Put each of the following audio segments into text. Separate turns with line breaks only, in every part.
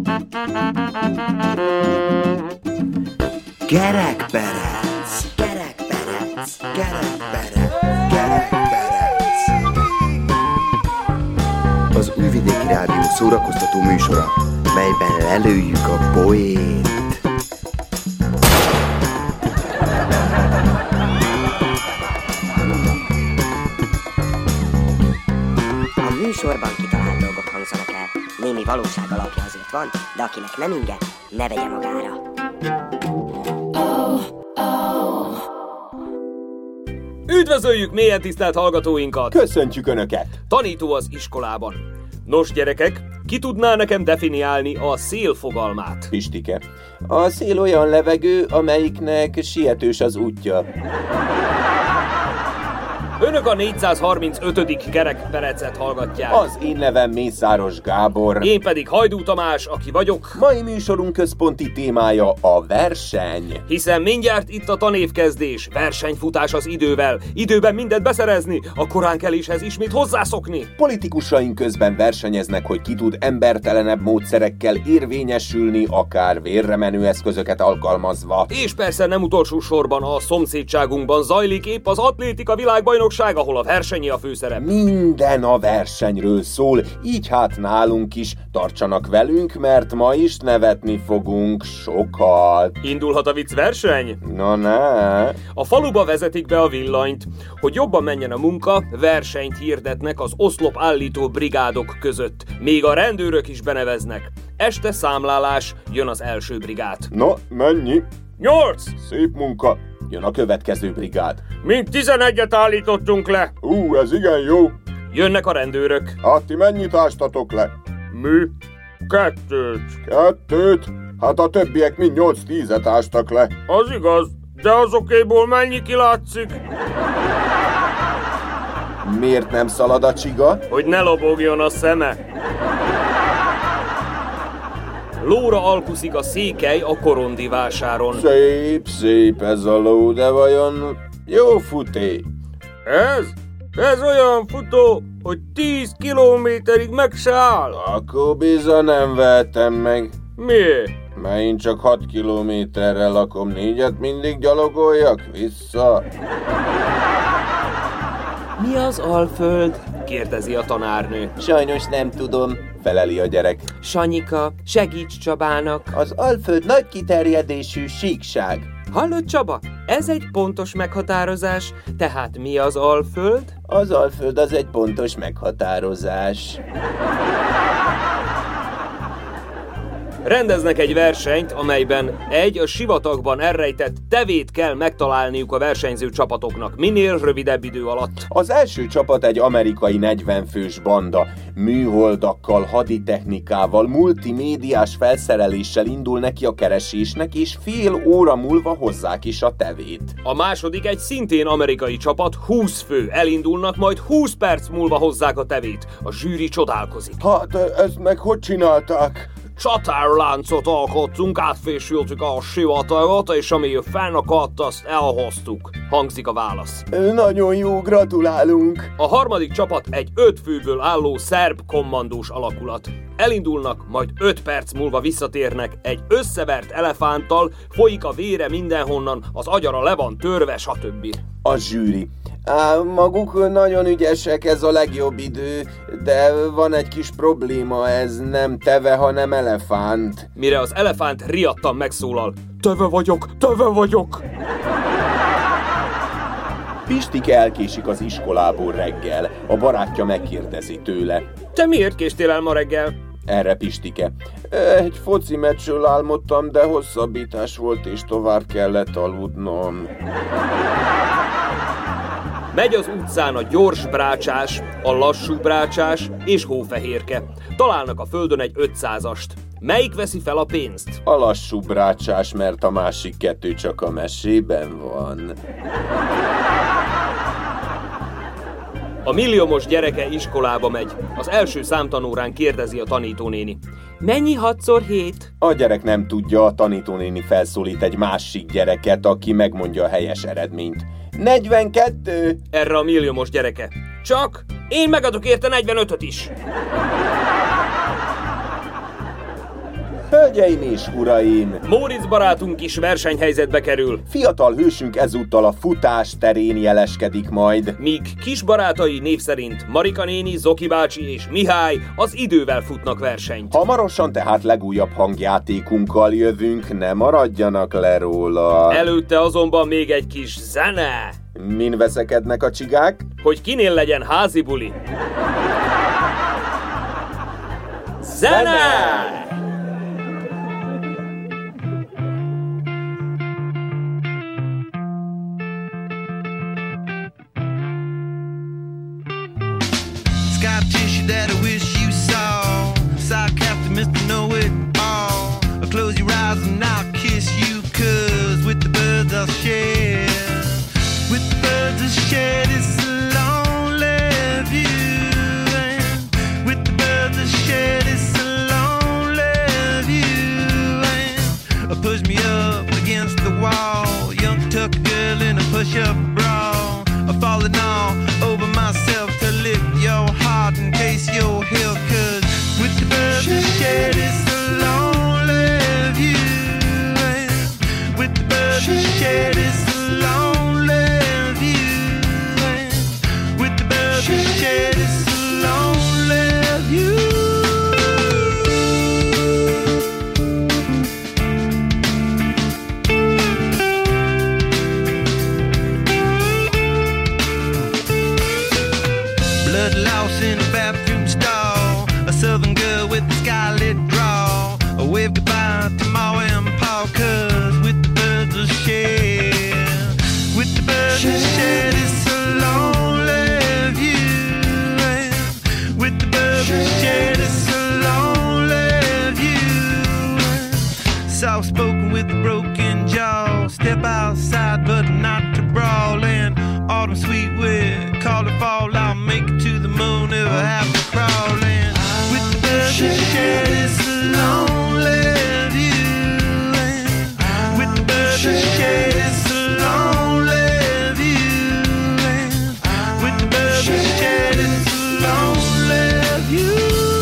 Kerekperec, kerekperec, kerekperec, kerekperec. Az Újvidéki Rádió szórakoztató műsora, melyben lelőjük a poént.
A műsorban kitalált dolgok hangzanak el. Némi valóság alapja azért van, de akinek nem inge, ne vegye magára.
Üdvözöljük mélyen tisztelt hallgatóinkat!
Köszöntjük Önöket!
Tanító az iskolában. Nos gyerekek, ki tudná nekem definiálni a szél fogalmát?
Pistike. A szél olyan levegő, amelyiknek sietős az útja.
Önök a 435. kerekperecet hallgatják.
Az én nevem Mészáros Gábor.
Én pedig Hajdú Tamás, aki vagyok.
Mai műsorunk központi témája a verseny.
Hiszen mindjárt itt a tanévkezdés, versenyfutás az idővel. Időben mindent beszerezni, a koránkeléshez ismét hozzászokni.
Politikusaink közben versenyeznek, hogy ki tud embertelenebb módszerekkel érvényesülni, akár vérre menő eszközöket alkalmazva.
És persze nem utolsó sorban a szomszédságunkban zajlik épp az atlétika világbajnokság, ahol a versenyi a főszerep.
Minden a versenyről szól, így hát nálunk is tartsanak velünk, mert ma is nevetni fogunk sokat.
Indulhat a vicc verseny?
Na ne!
A faluba vezetik be a villanyt. Hogy jobban menjen a munka, versenyt hirdetnek az oszlop állító brigádok között. Még a rendőrök is beneveznek. Este számlálás, jön az első brigád.
Na, mennyi?
8!
Szép munka! Jön a következő brigád.
Mind 11-et állítottunk le.
Ez igen jó.
Jönnek a rendőrök.
Hát ti mennyit ástatok le?
Mi? 2.
2? Hát a többiek mind 8-10-et ástak le.
Az igaz, de azokéból mennyi kilátszik?
Miért nem szalad a csiga?
Hogy ne lobogjon a szeme. Lóra alkuszik a székely a Korondi vásáron.
Szép ez a ló, de vajon jó futé?
Ez olyan futó, hogy 10 kilométerig meg se áll.
Akkor bizony nem vehetem meg.
Miért?
Mert én csak 6 kilométerrel lakom, 4-et mindig gyalogoljak vissza.
Mi az Alföld?
Kérdezi a tanárnő.
Sajnos nem tudom, feleli a gyerek.
Sanyika, segíts Csabának.
Az Alföld nagy kiterjedésű síkság.
Hallod Csaba? Ez egy pontos meghatározás. Tehát mi az Alföld?
Az Alföld az egy pontos meghatározás.
Rendeznek egy versenyt, amelyben a sivatagban elrejtett tevét kell megtalálniuk a versenyző csapatoknak minél rövidebb idő alatt.
Az első csapat egy amerikai 40 fős banda. Műholdakkal, haditechnikával, multimédiás felszereléssel indul neki a keresésnek, és fél óra múlva hozzák is a tevét.
A második egy szintén amerikai csapat, 20 fő. Elindulnak, majd 20 perc múlva hozzák a tevét. A zsűri csodálkozik.
Hát, ezt meg hogy csinálták?
Csatárláncot alkottunk, átfésültük a sivatagot, és ami fennakadt, azt elhoztuk. Hangzik a válasz.
Nagyon jó, gratulálunk!
A harmadik csapat egy 5 főből álló szerb kommandós alakulat. Elindulnak, majd 5 perc múlva visszatérnek egy összevert elefánttal, folyik a vére mindenhonnan, az agyara le van törve, stb.
A zsűri. Maguk nagyon ügyesek, ez a legjobb idő, de van egy kis probléma, ez nem teve, hanem elefánt.
Mire az elefánt riadtan megszólal. Teve vagyok!
Pistike elkésik az iskolából reggel. A barátja megkérdezi tőle.
Te miért késtél el ma reggel?
Erre Pistike. Egy foci meccsről álmodtam, de hosszabbítás volt, és tovább kellett aludnom.
Megy az utcán a gyors brácsás, a lassú brácsás és hófehérke. Találnak a földön egy 500-ast. Melyik veszi fel a pénzt?
A lassú brácsás, mert a másik 2 csak a mesében van.
A milliómos gyereke iskolába megy. Az első számtanórán kérdezi a tanítónéni.
Mennyi 6x7?
A gyerek nem tudja, a tanítónéni felszólít egy másik gyereket, aki megmondja a helyes eredményt. 42!
Erre a milliómos gyereke. Csak én megadok érte 45-öt is.
Hölgyeim és uraim!
Móricz barátunk is versenyhelyzetbe kerül.
Fiatal hősünk ezúttal a futás terén jeleskedik majd.
Míg kis barátai név szerint Marika néni, Zoki bácsi és Mihály az idővel futnak versenyt.
Hamarosan tehát legújabb hangjátékunkkal jövünk, ne maradjanak le róla.
Előtte azonban még egy kis zene.
Min veszekednek a csigák?
Hogy kinél legyen házi buli. Zene!
Scar tissue that I wish you saw. Sarcastic Mr. Know-It-All. I'll close your eyes and I'll kiss you, 'cause with the birds I'll share. With the birds I'll share this lonely view. And with the birds I'll share this lonely view. And push me up against the wall. Young tuck girl in a push-up bra. I'm falling all over myself to lift your heart in case you're here, 'cause with the birds I share this lonely view. With the birds I share this lonely view. With the birds I share this lonely view. Blood loss in a bathroom stall. A southern girl with a scarlet draw. A wave goodbye to Ma and Pa, 'cause with the birds I share. With the birds I share this lonely view. With the birds I share this lonely view. Soft spoken with a broken jaw. Step outside but not to brawl. And autumn sweet with call it fall. I'll make it to the moon if I have to crawl in. With the birds I share this lonely view. With the birds I share this lonely view. With the birds I share this lonely view.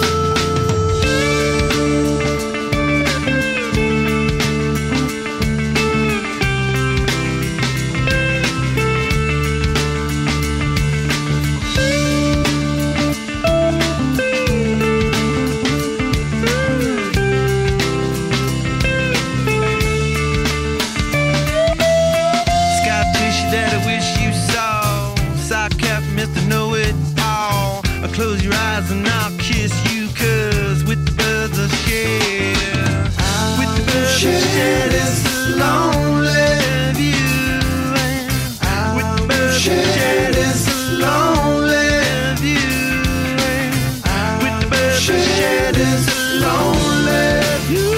Mr. Know-It-All. I'll close your eyes and I'll kiss you, 'cause with the birds I share. With the birds I share this lonely view. With the birds I share this lonely view. With the birds I share this lonely view.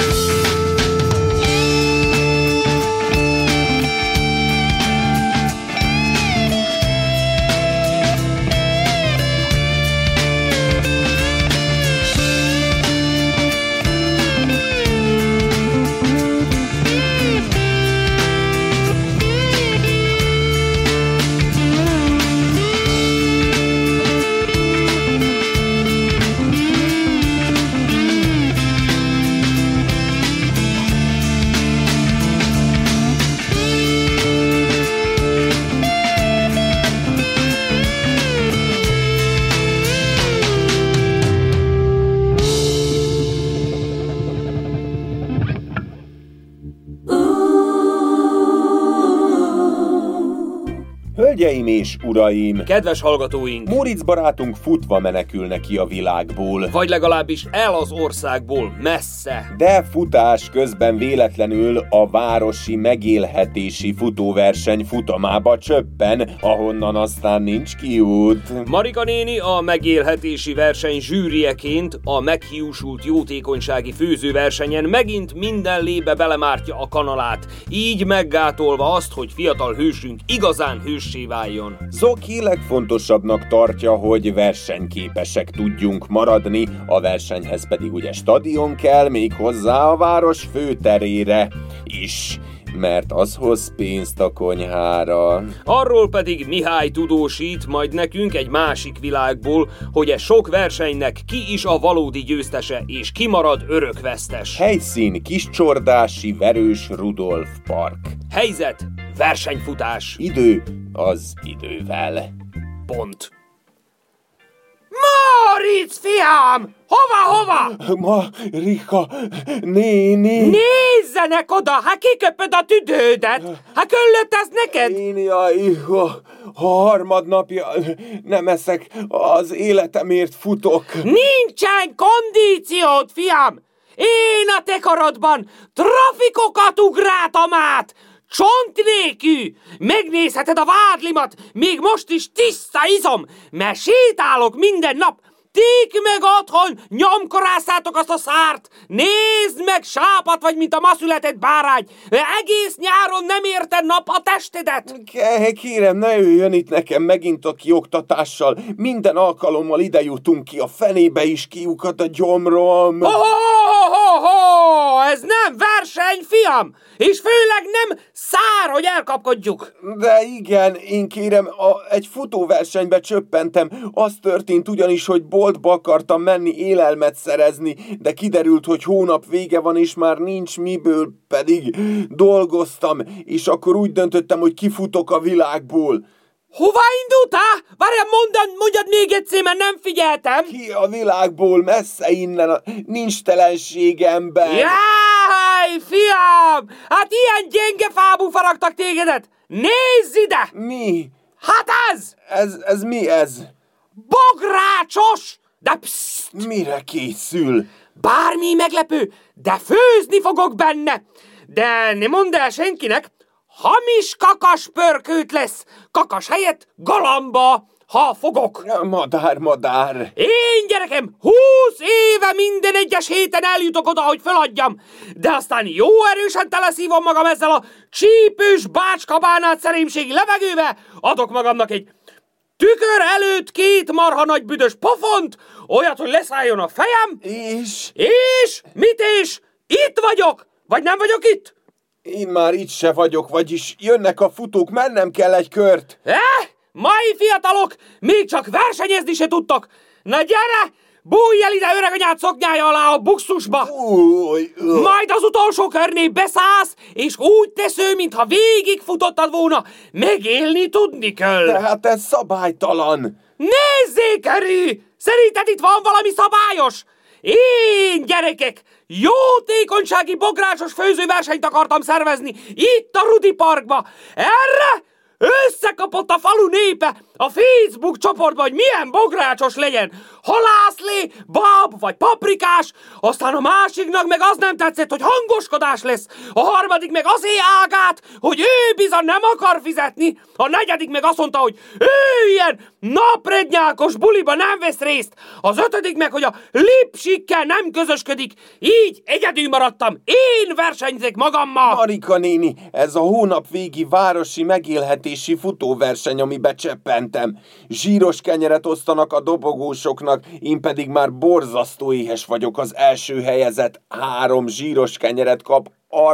Hölgyeim és uraim!
Kedves hallgatóink!
Móricz barátunk futva menekül neki a világból.
Vagy legalábbis el az országból, messze.
De futás közben véletlenül a városi megélhetési futóverseny futamába csöppen, ahonnan aztán nincs kiút.
Marika néni a megélhetési verseny zsűrieként a meghiúsult jótékonysági főzőversenyen megint minden lébe belemártja a kanalát, így meggátolva azt, hogy fiatal hősünk igazán hőssé váljon.
Zoki legfontosabbnak tartja, hogy versenyképesek tudjunk maradni, a versenyhez pedig ugye stadion kell, még hozzá a város főterére is. mert az hoz pénzt a konyhára.
Arról pedig Mihály tudósít majd nekünk egy másik világból, hogy e sok versenynek ki is a valódi győztese, és ki marad örökvesztes.
Helyszín Kiscsordási Verős Rudolf Park.
Helyzet, versenyfutás.
Idő az idővel.
Pont.
Móricz, fiam! Hova?
Marika, néni!
Nézzenek oda, hát kiköpöd a tüdődet! Hát köllött ez neked?
Néni, a harmadnapja nem eszek, az életemért futok.
Nincsen kondíciód, fiam! Én a te karodban trafikokat ugráltam át! Csontnékű! Megnézheted a vádlimat, még most is tiszta izom, mert sétálok minden nap. Ti meg otthon nyomkoráztátok azt a szárt! Nézd meg, sápat vagy, mint a ma született bárány! Egész nyáron nem érte nap a testedet!
Kérem, ne jöjjön itt nekem megint a kioktatással. Minden alkalommal ide jutunk ki, a fenébe is kiukat a gyomrom.
Ez nem verseny, fiam! És főleg nem szár, hogy elkapkodjuk!
De igen, én kérem, egy futóversenybe csöppentem. Az történt ugyanis, hogy boltba akartam menni élelmet szerezni, de kiderült, hogy hónap vége van, és már nincs miből, pedig dolgoztam, és akkor úgy döntöttem, hogy kifutok a világból.
Hova indultál? Várjál, mondjad még egyszer, mert nem figyeltem.
Ki a világból, messze innen, nincs telenségemben.
Jaj, fiam! Hát ilyen gyenge fából faragtak tégedet! Nézz ide!
Mi?
Hát ez!
Ez mi ez?
Bográcsos! De psszt!
Mire készül?
Bármi meglepő, de főzni fogok benne! De ne mondd el senkinek, hamis kakas pörkőt lesz! Kakas helyett galamba, ha fogok!
Madár!
Én, gyerekem, 20 éve minden egyes héten eljutok oda, hogy feladjam, de aztán jó erősen teleszívom magam ezzel a csípős bácskabánát szerémségi levegőbe, adok magamnak egy tükör előtt 2 marha nagy büdös pofont, olyat, hogy leszálljon a fejem. És? Mit és? Itt vagyok? Vagy nem vagyok itt?
Én már itt se vagyok, vagyis jönnek a futók, mennem kell egy kört.
Mai fiatalok, még csak versenyezni se tudtak. Na gyere, bújj el ide öreganyád szoknyája alá a buxusba. Majd az utolsó körnél beszállsz, és úgy tesző, mintha végigfutottad volna. Megélni tudni kell.
De hát ez szabálytalan.
Nézzék körül! Szerinted itt van valami szabályos? Én, gyerekek, jótékonysági bográcsos főzőversenyt akartam szervezni itt a Rudi Parkba. Erre összekapott a falu népe a Facebook csoportban, hogy milyen bográcsos legyen. Halászlé, bab vagy paprikás, aztán a másiknak meg az nem tetszett, hogy hangoskodás lesz. A harmadik meg azért ágát, hogy ő bizony nem akar fizetni. A negyedik meg azt mondta, hogy ő ilyen naprednyákos buliba nem vesz részt. Az ötödik meg, hogy a lipsikkel nem közösködik. Így egyedül maradtam. Én versenyzek magammal.
Marika néni, ez a hónap végi városi megélhetési futóverseny, amibe cseppentem. Zsíros kenyeret osztanak a dobogósoknak, én pedig már borzasztó éhes vagyok. Az első helyezett 3 zsíros kenyeret kap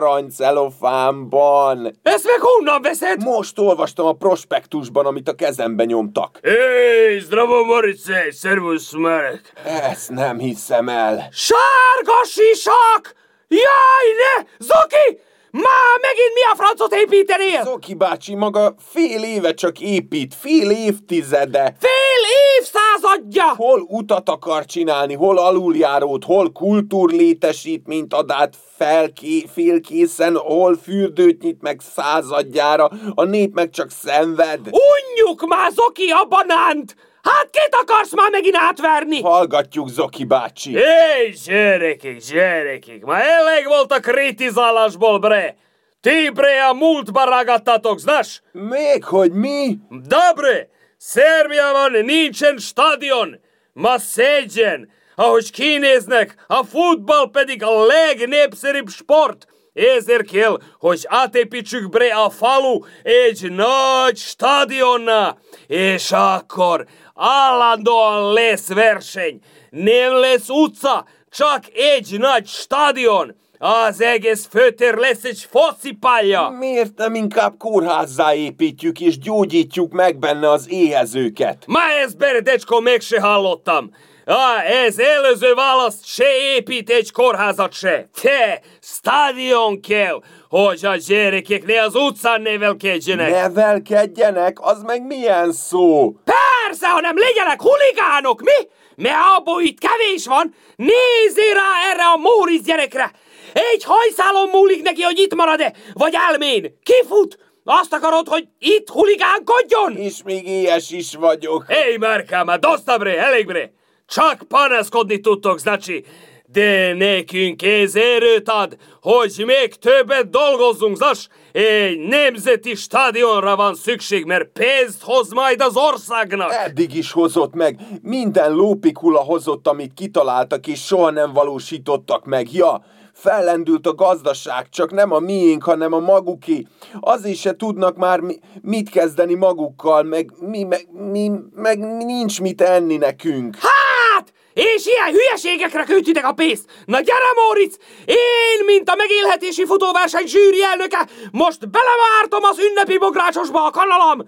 aranycelofánban.
Ezt meg honnan veszed?
Most olvastam a prospektusban, amit a kezembe nyomtak.
Hey, zdravo Morice, szervusz Marek.
Ezt nem hiszem el.
Sárga sisak! Jaj, ne! Zoki! Már megint mi a francot építenél?
Zoki bácsi maga fél éve csak épít, fél évtizede.
Fél évszázadja!
Hol utat akar csinálni, hol aluljárót, hol kultúrlétesítményt ad át félkészen, hol fürdőt nyit meg századjára, a nép meg csak szenved.
Unjuk már, Zoki, a banánt! Hát kit akarsz már megint átverni?
Hallgatjuk, Zoki bácsi.
Hey, gyerekek, már elég volt a kritizálásból, bre. Ti, bre, a múltba ragadtatok, znaš?
Még hogy mi?
Da, bre, Szerbiában nincsen stadion, ma szégyen, ahogy kinéznek, a futball pedig a legnépszerűbb sport. Ezért kell, hogy átépítsük, bre, a falu egy nagy stadionna, és akkor állandóan lesz verseny. Nem lesz utca, csak egy nagy stadion. Az egész főtér lesz egy focipálya!
Miért nem inkább kórházzá építjük és gyógyítjuk meg benne az éhezőket?
Már ezt Beredecsko meg se hallottam. Ez előző választ se épít egy kórházat se. Te, stadion kell, hogy a gyerekek ne az utcán nevelkedjenek.
Nevelkedjenek? Az meg milyen szó?
Persze, hanem legyenek huligánok, mi? Mert abból itt kevés van. Nézzél rá erre a Móricz gyerekre. Egy hajszálon múlik neki, hogy itt marad-e, vagy elmén. Kifut. Azt akarod, hogy itt huligánkodjon?
És még éhes is vagyok.
Hej, Márkám, dosta bre, elég bre. Csak panaszkodni tudtok, zacsi. De nekünk ez erőt ad, hogy még többet dolgozzunk, zas. Egy nemzeti stadionra van szükség, mert pénzt hoz majd az országnak.
Eddig is hozott meg. Minden lópikula hozott, amit kitaláltak, és soha nem valósítottak meg. Ja, fellendült a gazdaság, csak nem a miénk, hanem a maguké. Azért se tudnak már mit kezdeni magukkal, meg nincs mit enni nekünk.
Hát! És ilyen hülyeségekre költitek a pénzt! Na gyere, Móricz! Én, mint a megélhetési futóverseny zsűri elnöke, most belevártom az ünnepi bográcsosba a kanalam!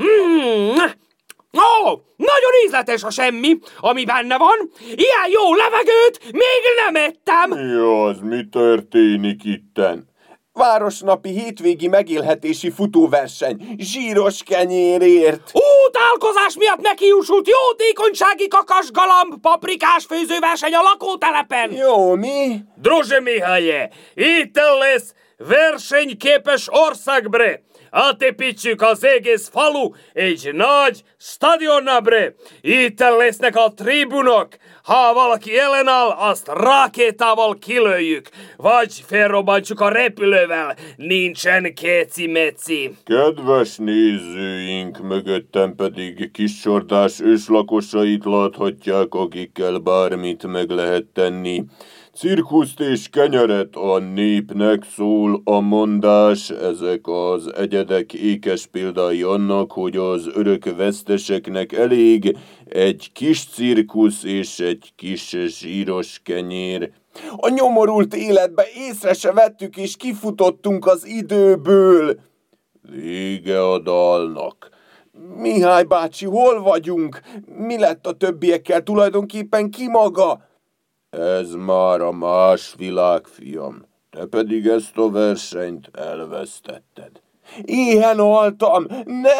Nagyon ízletes a semmi, ami benne van. Ilyen jó levegőt még nem ettem.
Mi az? Mi történik itten? Városnapi hétvégi megélhetési futóverseny. Zsíros kenyérért.
Utálkozás miatt nekiúsult jótékonysági kakas galamb paprikás főzőverseny a lakótelepen.
Jó, mi?
Druže Mihaje, itt lesz versenyképes ország, bre. Átépítsük az egész falu egy nagy stadionná, bre. Itt lesznek a tribunok. Ha valaki ellenáll, azt rakétával kilőjük. Vagy felrobbantjuk a repülővel. Nincsen keci-meci.
Kedves nézőink, mögöttem pedig Kiscsordás őslakosait láthatják, akikkel bármit meg lehet tenni. Cirkuszt és kenyeret a népnek szól a mondás, ezek az egyedek ékes példái annak, hogy az örök veszteseknek elég egy kis cirkusz és egy kis zsíros kenyér.
A nyomorult életbe észre se vettük és kifutottunk az időből.
Vége a dalnak.
Mihály bácsi, hol vagyunk? Mi lett a többiekkel, tulajdonképpen ki maga?
Ez már a más világ, fiam. Te pedig ezt a versenyt elvesztetted.
Éhen haltam! Ne!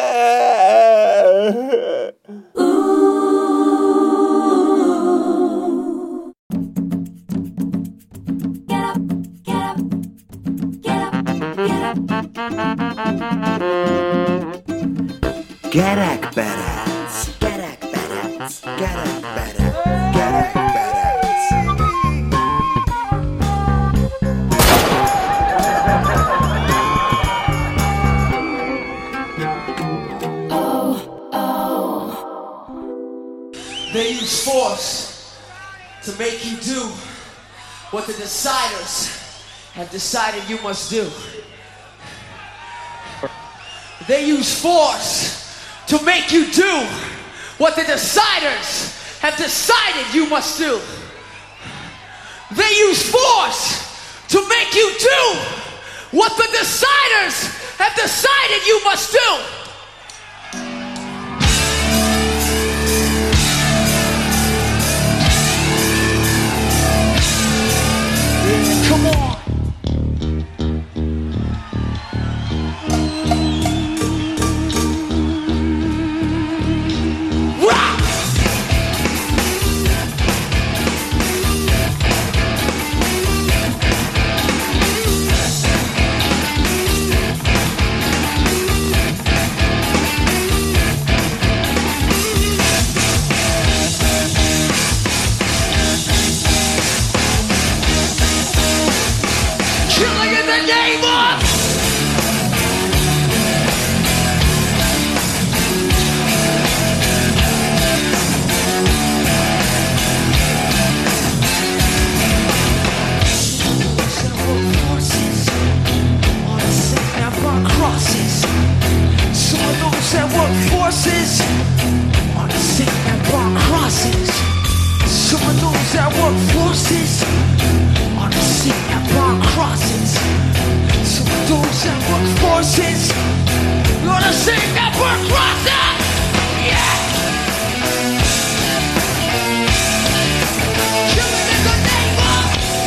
Gerekperec, gerekperec, gerekperec, gerekperec.
They use force to make you do what the deciders have decided you must do. They use force to make you do what the deciders have decided you must do. They use force to make you do what the deciders have decided you must do. Come on. Rock. Killing in the name of forces on the same upon crosses. Some of those that work forces on the same upon crosses. Some of those that work forces on the same upon crosses. sea never crosses. Yeah. Killing in the name of.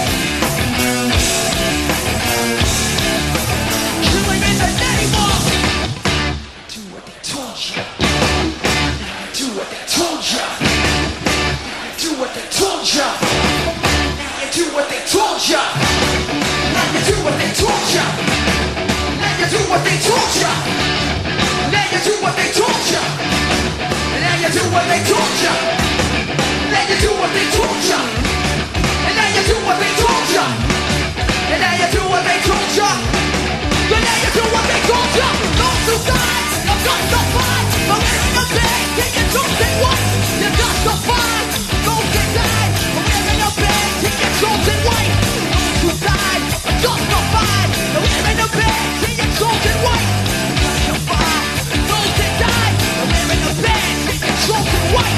Killing in the name of. Do what they told you. Do what they told you. Do what they told you. Now you do what they told you. Now you do what they told you. Now you do what they told you. Now you do what they told you. Now you do what they told you. Now you do what they told you. And now you do what they told you. And now you do what they told you. And now you do what they told you. Those who died, you're justified. But wearing a bag, take your chosen one. You're justified. Those that died, but wearing a bag, take your chosen white. Those who died, are justified. But wearing a bag, take your chosen white. Justified. Those that died, but wearing a bag, take your chosen white.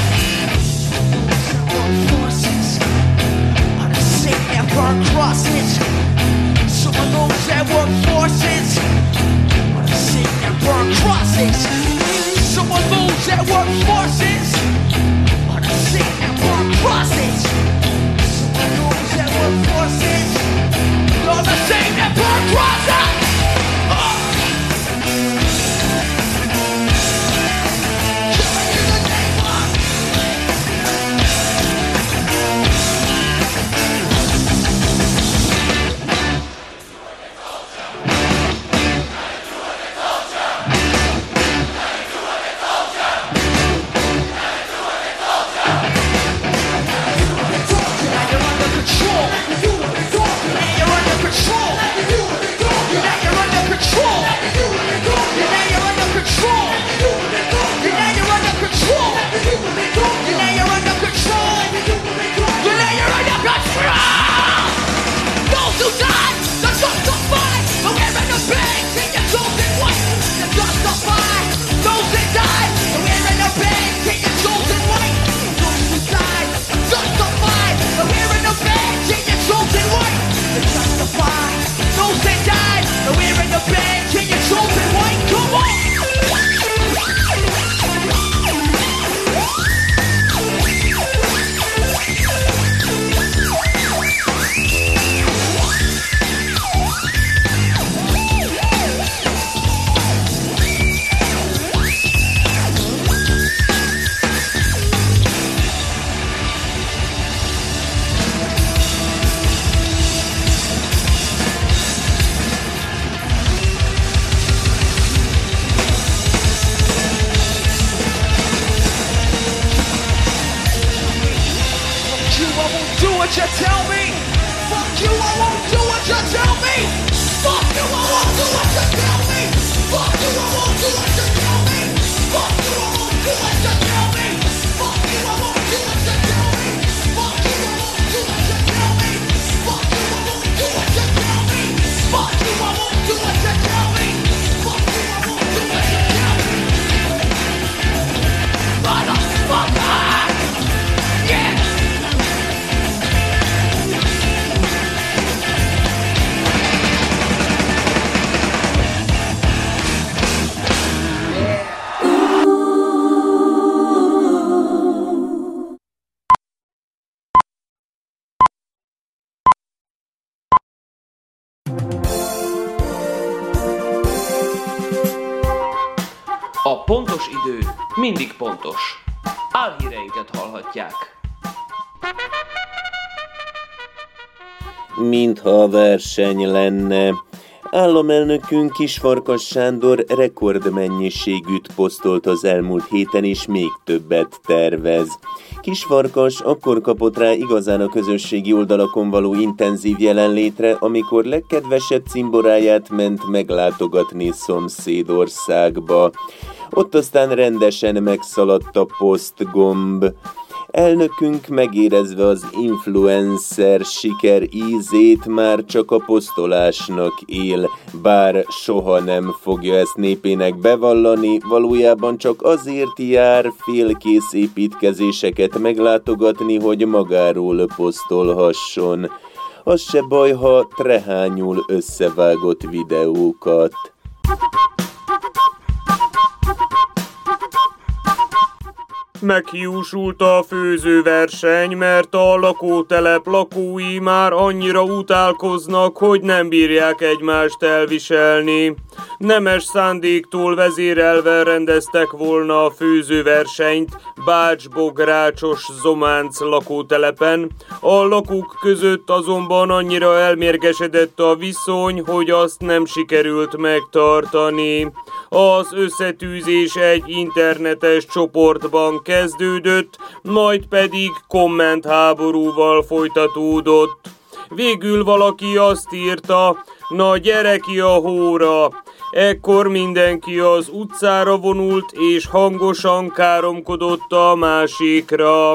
Forces on the same that burn crosses. Some of those that work forces on the same that burn crosses. Some of those that work forces on the same that burn crosses. Some of those that work forces on the same that burn crosses. Killing in the name of.
A pontos idő mindig pontos. Álhíreinket hallhatják.
Mintha a verseny lenne. Államelnökünk Kisfarkas Sándor rekordmennyiségűt posztolt az elmúlt héten, és még többet tervez. Kisfarkas akkor kapott rá igazán a közösségi oldalakon való intenzív jelenlétre, amikor legkedvesebb cimboráját ment meglátogatni szomszédországba. Ott aztán rendesen megszaladt a poszt gomb. Elnökünk megérezve az influencer siker ízét már csak a posztolásnak él, bár soha nem fogja ezt népének bevallani, valójában csak azért jár félkész építkezéseket meglátogatni, hogy magáról posztolhasson. Az se baj, ha trehányul összevágott videókat.
Meghiúsult a főzőverseny, mert a lakótelep lakói már annyira utálkoznak, hogy nem bírják egymást elviselni. Nemes szándéktól vezérelve rendeztek volna a főzőversenyt Bács-Bográcsos-Zománc lakótelepen. A lakók között azonban annyira elmérgesedett a viszony, hogy azt nem sikerült megtartani. Az összetűzés egy internetes csoportban kezdődött, majd pedig kommentháborúval folytatódott. Végül valaki azt írta: na gyere ki a hóra! Ekkor mindenki az utcára vonult és hangosan káromkodott a másikra.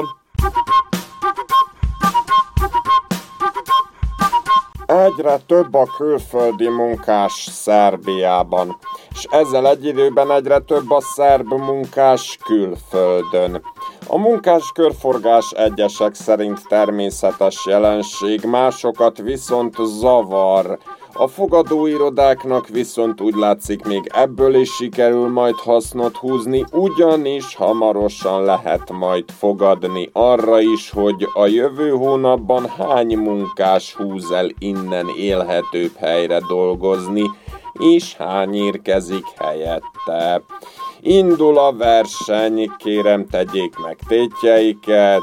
Egyre több a külföldi munkás Szerbiában, és ezzel egy időben egyre több a szerb munkás külföldön. A munkás körforgás egyesek szerint természetes jelenség, másokat viszont zavar. A fogadóirodáknak viszont úgy látszik, még ebből is sikerül majd hasznot húzni, ugyanis hamarosan lehet majd fogadni arra is, hogy a jövő hónapban hány munkás húz el innen élhetőbb helyre dolgozni, és hány érkezik helyette. Indul a verseny, kérem tegyék meg tétjeiket.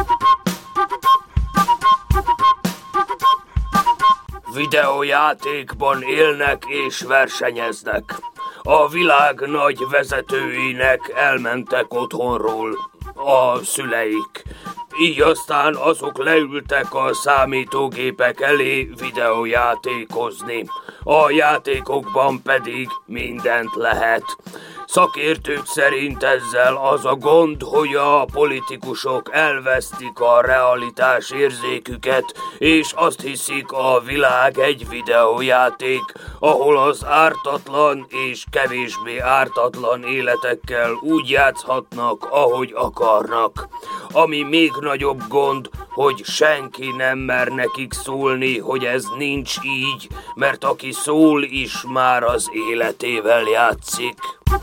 Videójátékban élnek és versenyeznek. A világ nagy vezetőinek elmentek otthonról a szüleik. Így aztán azok leültek a számítógépek elé videójátékozni. A játékokban pedig mindent lehet. Szakértők szerint ezzel az a gond, hogy a politikusok elvesztik a realitás érzéküket, és azt hiszik, a világ egy videójáték, ahol az ártatlan és kevésbé ártatlan életekkel úgy játszhatnak, ahogy akarnak. Ami még nagyobb gond, hogy senki nem mer nekik szólni, hogy ez nincs így, mert aki szól is már az életével játszik.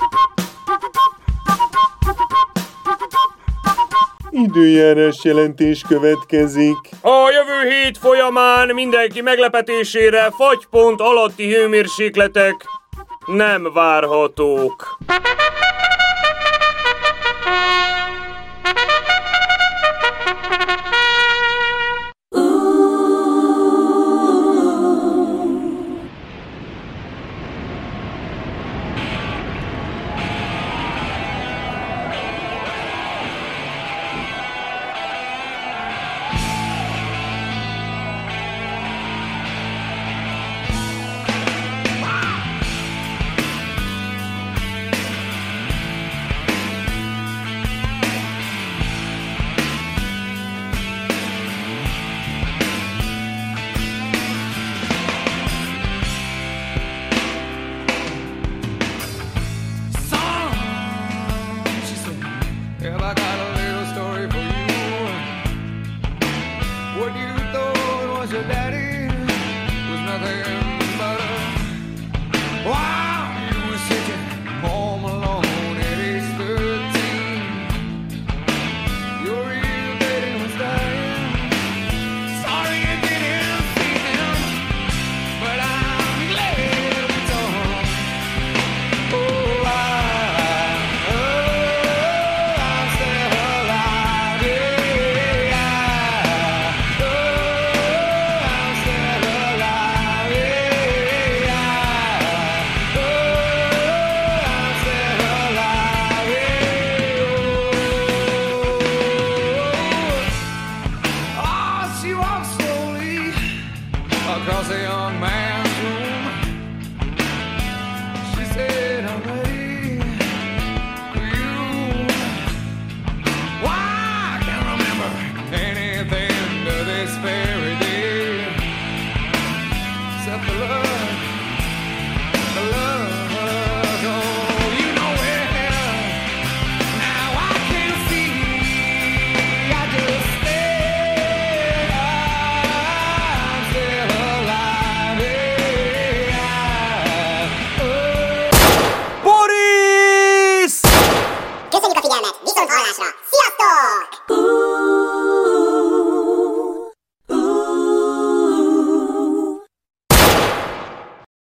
Időjárás jelentés következik.
A jövő hét folyamán mindenki meglepetésére fagypont alatti hőmérsékletek nem várhatók.